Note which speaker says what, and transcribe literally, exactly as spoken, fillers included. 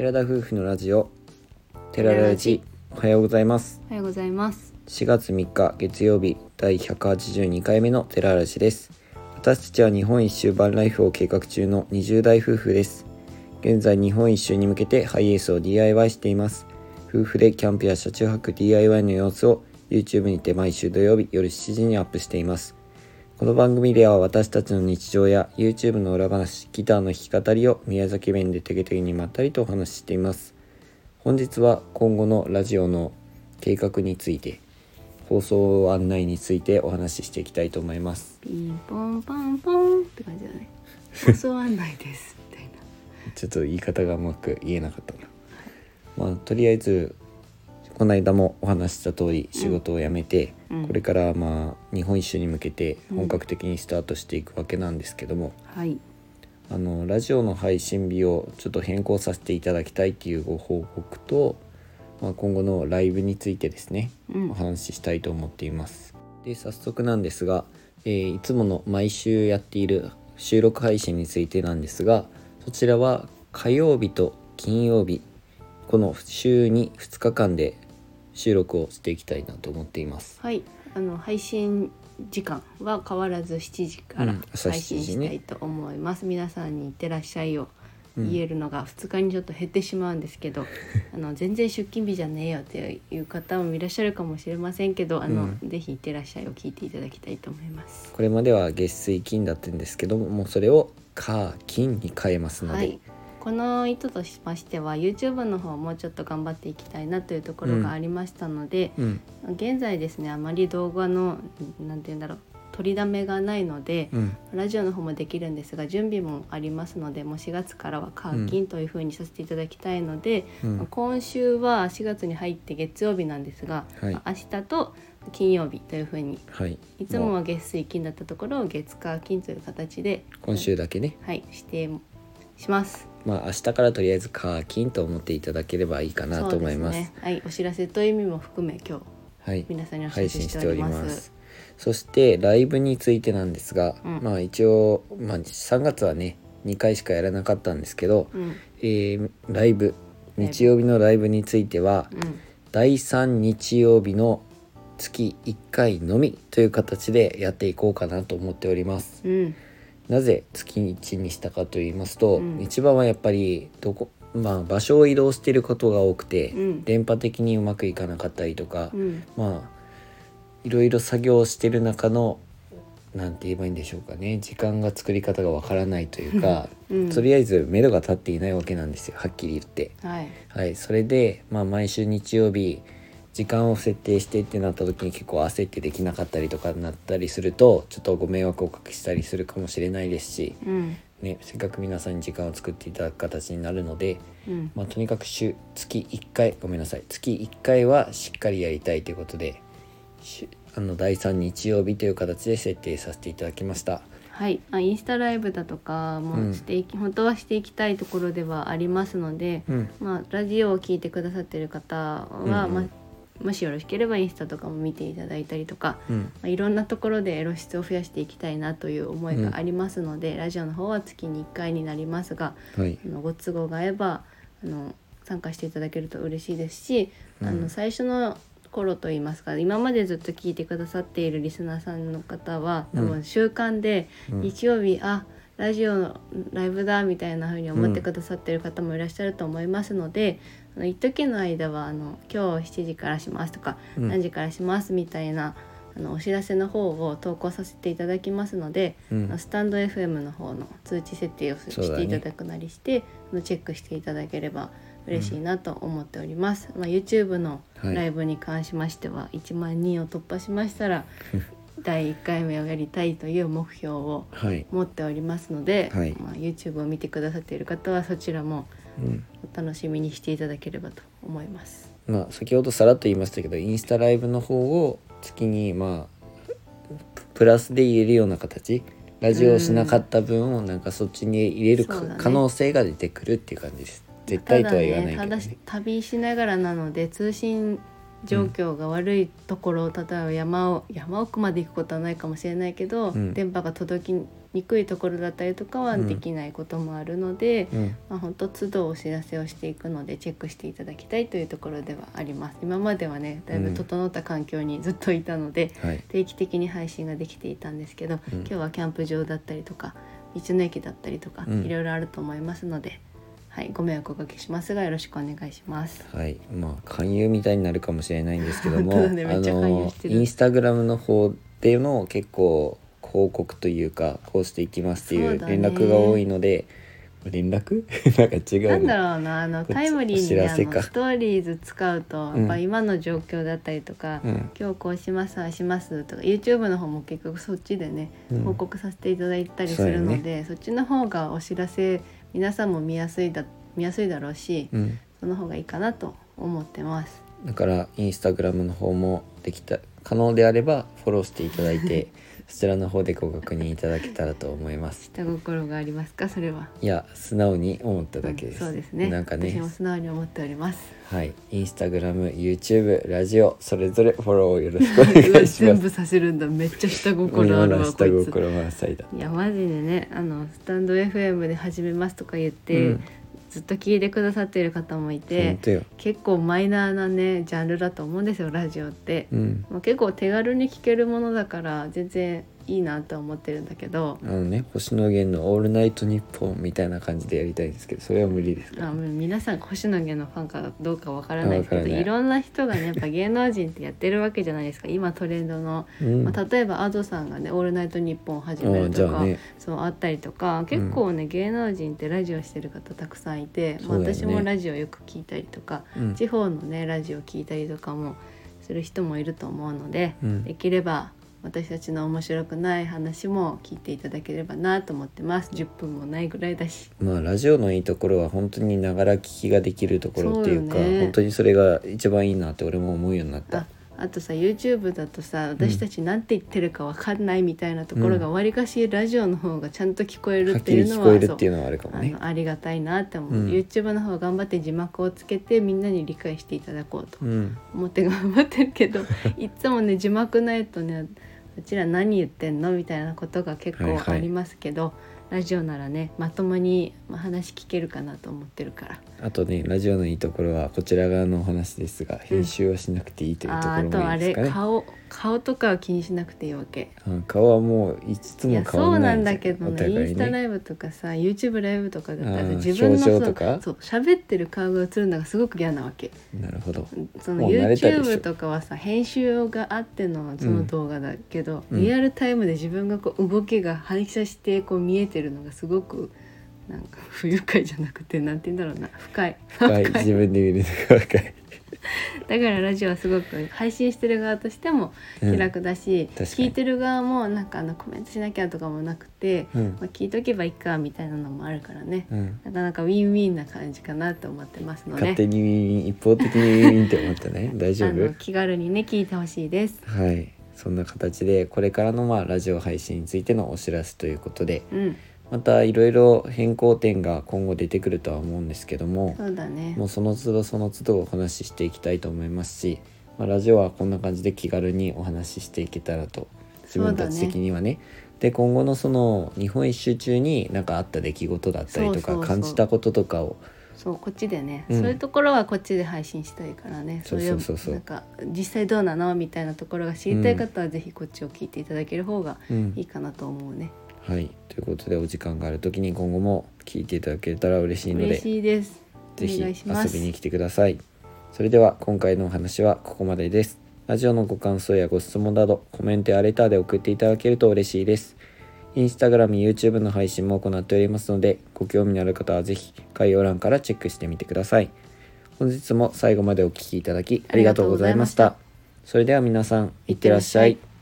Speaker 1: 寺田夫婦のラジオテララジ。おはようございます。
Speaker 2: おはようございます。
Speaker 1: しがつみっか月曜日だいひゃくはちじゅうにかいめのテララジです。私たちは日本一周バンライフを計画中のにじゅう代夫婦です。現在日本一周に向けてハイエースを ディーアイワイ しています。夫婦でキャンプや車中泊 ディーアイワイ の様子を YouTube にて毎週土曜日夜しちじにアップしています。この番組では私たちの日常や YouTube の裏話、ギターの弾き語りを宮崎弁でてげてげにまったりとお話ししています。本日は今後のラジオの計画について、放送案内についてお話ししていきたいと思います。
Speaker 2: ピンポンパンポンって感じだね。放送案内ですみたいな。
Speaker 1: ちょっと言い方がうまく言えなかったな。まあとりあえずこの間もお話しした通り仕事を辞めて、うん、これからまあ日本一周に向けて本格的にスタートしていくわけなんですけども、
Speaker 2: うん、はい、
Speaker 1: あのラジオの配信日をちょっと変更させていただきたいっていうご報告と、まあ、今後のライブについてですね、うん、お話ししたいと思っています。で早速なんですが、えー、いつもの毎週やっている収録配信についてなんですが、そちらは火曜日と金曜日、この週にふつかかんで収録をしていきたいなと思っています。
Speaker 2: はい、あの配信時間は変わらずしちじから配信したいと思います、うんね、皆さんにいってらっしゃいを言えるのがふつかにちょっと減ってしまうんですけど、うん、あの全然出勤日じゃねえよっていう方もいらっしゃるかもしれませんけど、あの、うん、ぜひいってらっしゃいを聞いていただきたいと思います。
Speaker 1: これまでは月水金だったんですけども、もうそれを火金に変えますので、はい、
Speaker 2: この意図としましては YouTube の方をもうちょっと頑張っていきたいなというところがありましたので、うんうん、現在ですねあまり動画のなんて言うんだろう取りだめがないので、うん、ラジオの方もできるんですが準備もありますので、もうしがつからは解禁というふうにさせていただきたいので、うん、今週はしがつに入って月曜日なんですが、はい、明日と金曜日というふうに、はい、いつもは月水金だったところを月火金という形で
Speaker 1: 今週だけね、
Speaker 2: はい、指定します。
Speaker 1: まあ明日からとりあえず課金と思っていただければいいかなと思います。
Speaker 2: そうですね、はい、お知らせという意味も含め今日、はい、皆さんにお知らせしております。
Speaker 1: 配信しております。そしてライブについてなんですが、うん、まあ一応、まあ、さんがつはねにかいしかやらなかったんですけど、うん、えー、ライブ日曜日のライブについては、うん、だいさん日曜日の月いっかいのみという形でやっていこうかなと思っております。うん、なぜ月いちにしたかと言いますと、うん、一番はやっぱりどこ、まあ、場所を移動していることが多くて、うん、電波的にうまくいかなかったりとか、うん、まあいろいろ作業してる中のなんて言えばいいんでしょうかね、時間が作り方がわからないというか、うん、とりあえず目処が立っていないわけなんですよ、はっきり言って、はいはい、それで、まあ、毎週日曜日時間を設定してってなった時に結構焦ってできなかったりとかになったりするとちょっとご迷惑をおかけしたりするかもしれないですし、うんね、せっかく皆さんに時間を作っていただく形になるので、うんまあ、とにかく週月いっかいごめんなさい月いっかいはしっかりやりたいということで、あのだいさん日曜日という形で設定させていただきました。
Speaker 2: はい、インスタライブだとかもしていき、うん、本当はしていきたいところではありますので、うんまあ、ラジオを聞いてくださっている方は、うんうんまあ、もしよろしければインスタとかも見ていただいたりとか、うんまあ、いろんなところで露出を増やしていきたいなという思いがありますので、うん、ラジオの方は月にいっかいになりますが、はい、あのご都合が合えばあの参加していただけると嬉しいですし、うん、あの最初の頃といいますか、今までずっと聞いてくださっているリスナーさんの方は多分習慣で日曜日、うん、あラジオのライブだみたいな風に思ってくださっている方もいらっしゃると思いますので、うん、一時の間はあの今日しちじからしますとか、うん、何時からしますみたいなあのお知らせの方を投稿させていただきますので、うん、スタンド エフエム の方の通知設定をしていただくなりして、ね、チェックしていただければ嬉しいなと思っております、うんまあ、YouTube のライブに関しましては、はい、いちまんにんを突破しましたらだいいっかいめをやりたいという目標を持っておりますので、はいまあ、YouTube を見てくださっている方はそちらもお楽しみにしていただければと思います、
Speaker 1: うんまあ、先ほどさらっと言いましたけど、インスタライブの方を月にまあプラスで入れるような形、ラジオをしなかった分をなんかそっちに入れる、ね、可能性が出てくるっていう感じです。絶対とは言わないけど、ね、
Speaker 2: ただね、ただ旅しながらなので通信状況が悪いところ、例えば山を山奥まで行くことはないかもしれないけど、うん、電波が届きにくいところだったりとかはできないこともあるので、うん、まあ、本当都度お知らせをしていくのでチェックしていただきたいというところではあります。今まではねだいぶ整った環境にずっといたので、うん、定期的に配信ができていたんですけど、はい、今日はキャンプ場だったりとか道の駅だったりとか、うん、いろいろあると思いますので、はい、ご迷惑をおかけしますがよろしくお願いします。
Speaker 1: はい、まあ勧誘みたいになるかもしれないんですけども、
Speaker 2: ね、めっちゃ勧誘してる。
Speaker 1: インスタグラムの方っていうのを結構広告というかこうしていきますっていう連絡が多いので、連絡なんか違う
Speaker 2: なんだろうな、あのタイムリーに、ね、あのストーリーズ使うと、うん、やっぱ今の状況だったりとか、うん、今日こうしますあしますとか YouTube の方も結局そっちでね、うん、報告させていただいたりするので、 そ,、ね、そっちの方がお知らせ皆さんも見やすいだ見やすいだろうし、うん、その方がいいかなと思ってます。
Speaker 1: だからインスタグラムの方もできた可能であればフォローしていただいてそちらの方でご確認いただけたらと思います。
Speaker 2: 下心がありますか？それは。
Speaker 1: いや、素直に思っただけです。
Speaker 2: うん、そうですね。
Speaker 1: なんかね、
Speaker 2: 私も素直に思っております。
Speaker 1: はい、インスタグラム、YouTube、ラジオそれぞれフォローをよろしくお願いします。
Speaker 2: 全部させるんだ。めっちゃ下心あるわこいつ。
Speaker 1: 下心満載だ。
Speaker 2: いやマジでね、あのスタンド エフエム で始めますとか言って。うん、ずっと聞いてくださっている方もいて、結構マイナーなねジャンルだと思うんですよラジオって、うん、もう結構手軽に聞けるものだから全然いいなと思ってるんだけど、
Speaker 1: あのね星野源のオールナイトニッポンみたいな感じでやりたいんですけど、それは無理ですか、ね、
Speaker 2: あ皆さん星野源のファンかどうかわからないですけど、いろんな人がねやっぱ芸能人ってやってるわけじゃないですか今トレンドの、うんまあ、例えば Ado さんがねオールナイトニッポンを始めるとか、ね、そうあったりとか結構ね、うん、芸能人ってラジオしてる方たくさんいて、まあ、私もラジオよく聞いたりとか、うん、地方のねラジオ聞いたりとかもする人もいると思うので、うん、できれば私たちの面白くない話も聞いていただければなと思ってます。じゅっぷんもないぐらいだし、
Speaker 1: まあラジオのいいところは本当にながら聞きができるところっていうか、ね、本当にそれが一番いいなって俺も思うようになった。
Speaker 2: あ, あとさ YouTube だとさ私たちなんて言ってるか分かんないみたいなところがわりかしラジオの方がちゃんと聞こえるっていうのは、
Speaker 1: はっきり聞こえるっていうのはあるかもね。
Speaker 2: あのありがたいなって思う、うん、YouTube の方が頑張って字幕をつけてみんなに理解していただこうと思って頑張ってるけど、うん、いつもね字幕ないとねうちら何言ってんのみたいなことが結構ありますけど、はいはい、ラジオならねまともに話聞けるかなと思ってるから。
Speaker 1: あとねラジオのいいところはこちら側のお話ですが編集はしなくていいというところもいいですかね、うん、あ, あとあれ顔顔とかは気にしなくていいわけ。 顔はもういつも変わんないんですよ。そうなんだけどね、
Speaker 2: インスタライブとかさ YouTube ライブとかだったら自分の
Speaker 1: とか
Speaker 2: そう喋ってる顔が映るのがすごく嫌なわけ。
Speaker 1: なるほど。
Speaker 2: その YouTube とかはさ編集があってのその動画だけど、うん、リアルタイムで自分がこう動きが反射してこう見えてるのがすごくなんか不愉快じゃなくてなんて言うんだろうな深い
Speaker 1: 深い自分で見るのが深い
Speaker 2: だからラジオはすごく配信してる側としても気楽だし、うん、聞いてる側もなんかあのコメントしなきゃとかもなくて、うんまあ、聞いとけばいいかみたいなのもあるからね、うん、なかなかウィンウィンな感じかなと思ってますので、
Speaker 1: 勝手にウィンウィン一方的にウィンウィンって思ったね大丈夫？あの
Speaker 2: 気軽にね聞いてほしいです。
Speaker 1: はい、そんな形でこれからのまあラジオ配信についてのお知らせということで、うんまたいろいろ変更点が今後出てくるとは思うんですけども、
Speaker 2: そうだね、
Speaker 1: もうその都度その都度お話ししていきたいと思いますし、まあ、ラジオはこんな感じで気軽にお話ししていけたらと自分たち的には ね, ねで今後のその日本一周中に何かあった出来事だったりとかそうそうそう感じたこととかを
Speaker 2: そうこっちでね、うん、そういうところはこっちで配信したいからね、そういうなんか実際どうなのみたいなところが知りたい方はぜひこっちを聞いていただける方がいいかなと思うね、
Speaker 1: うん、はい、ということでお時間がある時に今後も聞いていただけたら嬉しいので
Speaker 2: 嬉しいです。
Speaker 1: ぜひ遊びに来てください。それでは今回のお話はここまでです。ラジオのご感想やご質問などコメントやレターで送っていただけると嬉しいです。インスタグラム、YouTube の配信も行っておりますのでご興味のある方はぜひ概要欄からチェックしてみてください。本日も最後までお聞きいただきありがとうございました。それでは皆さんいってらっしゃい。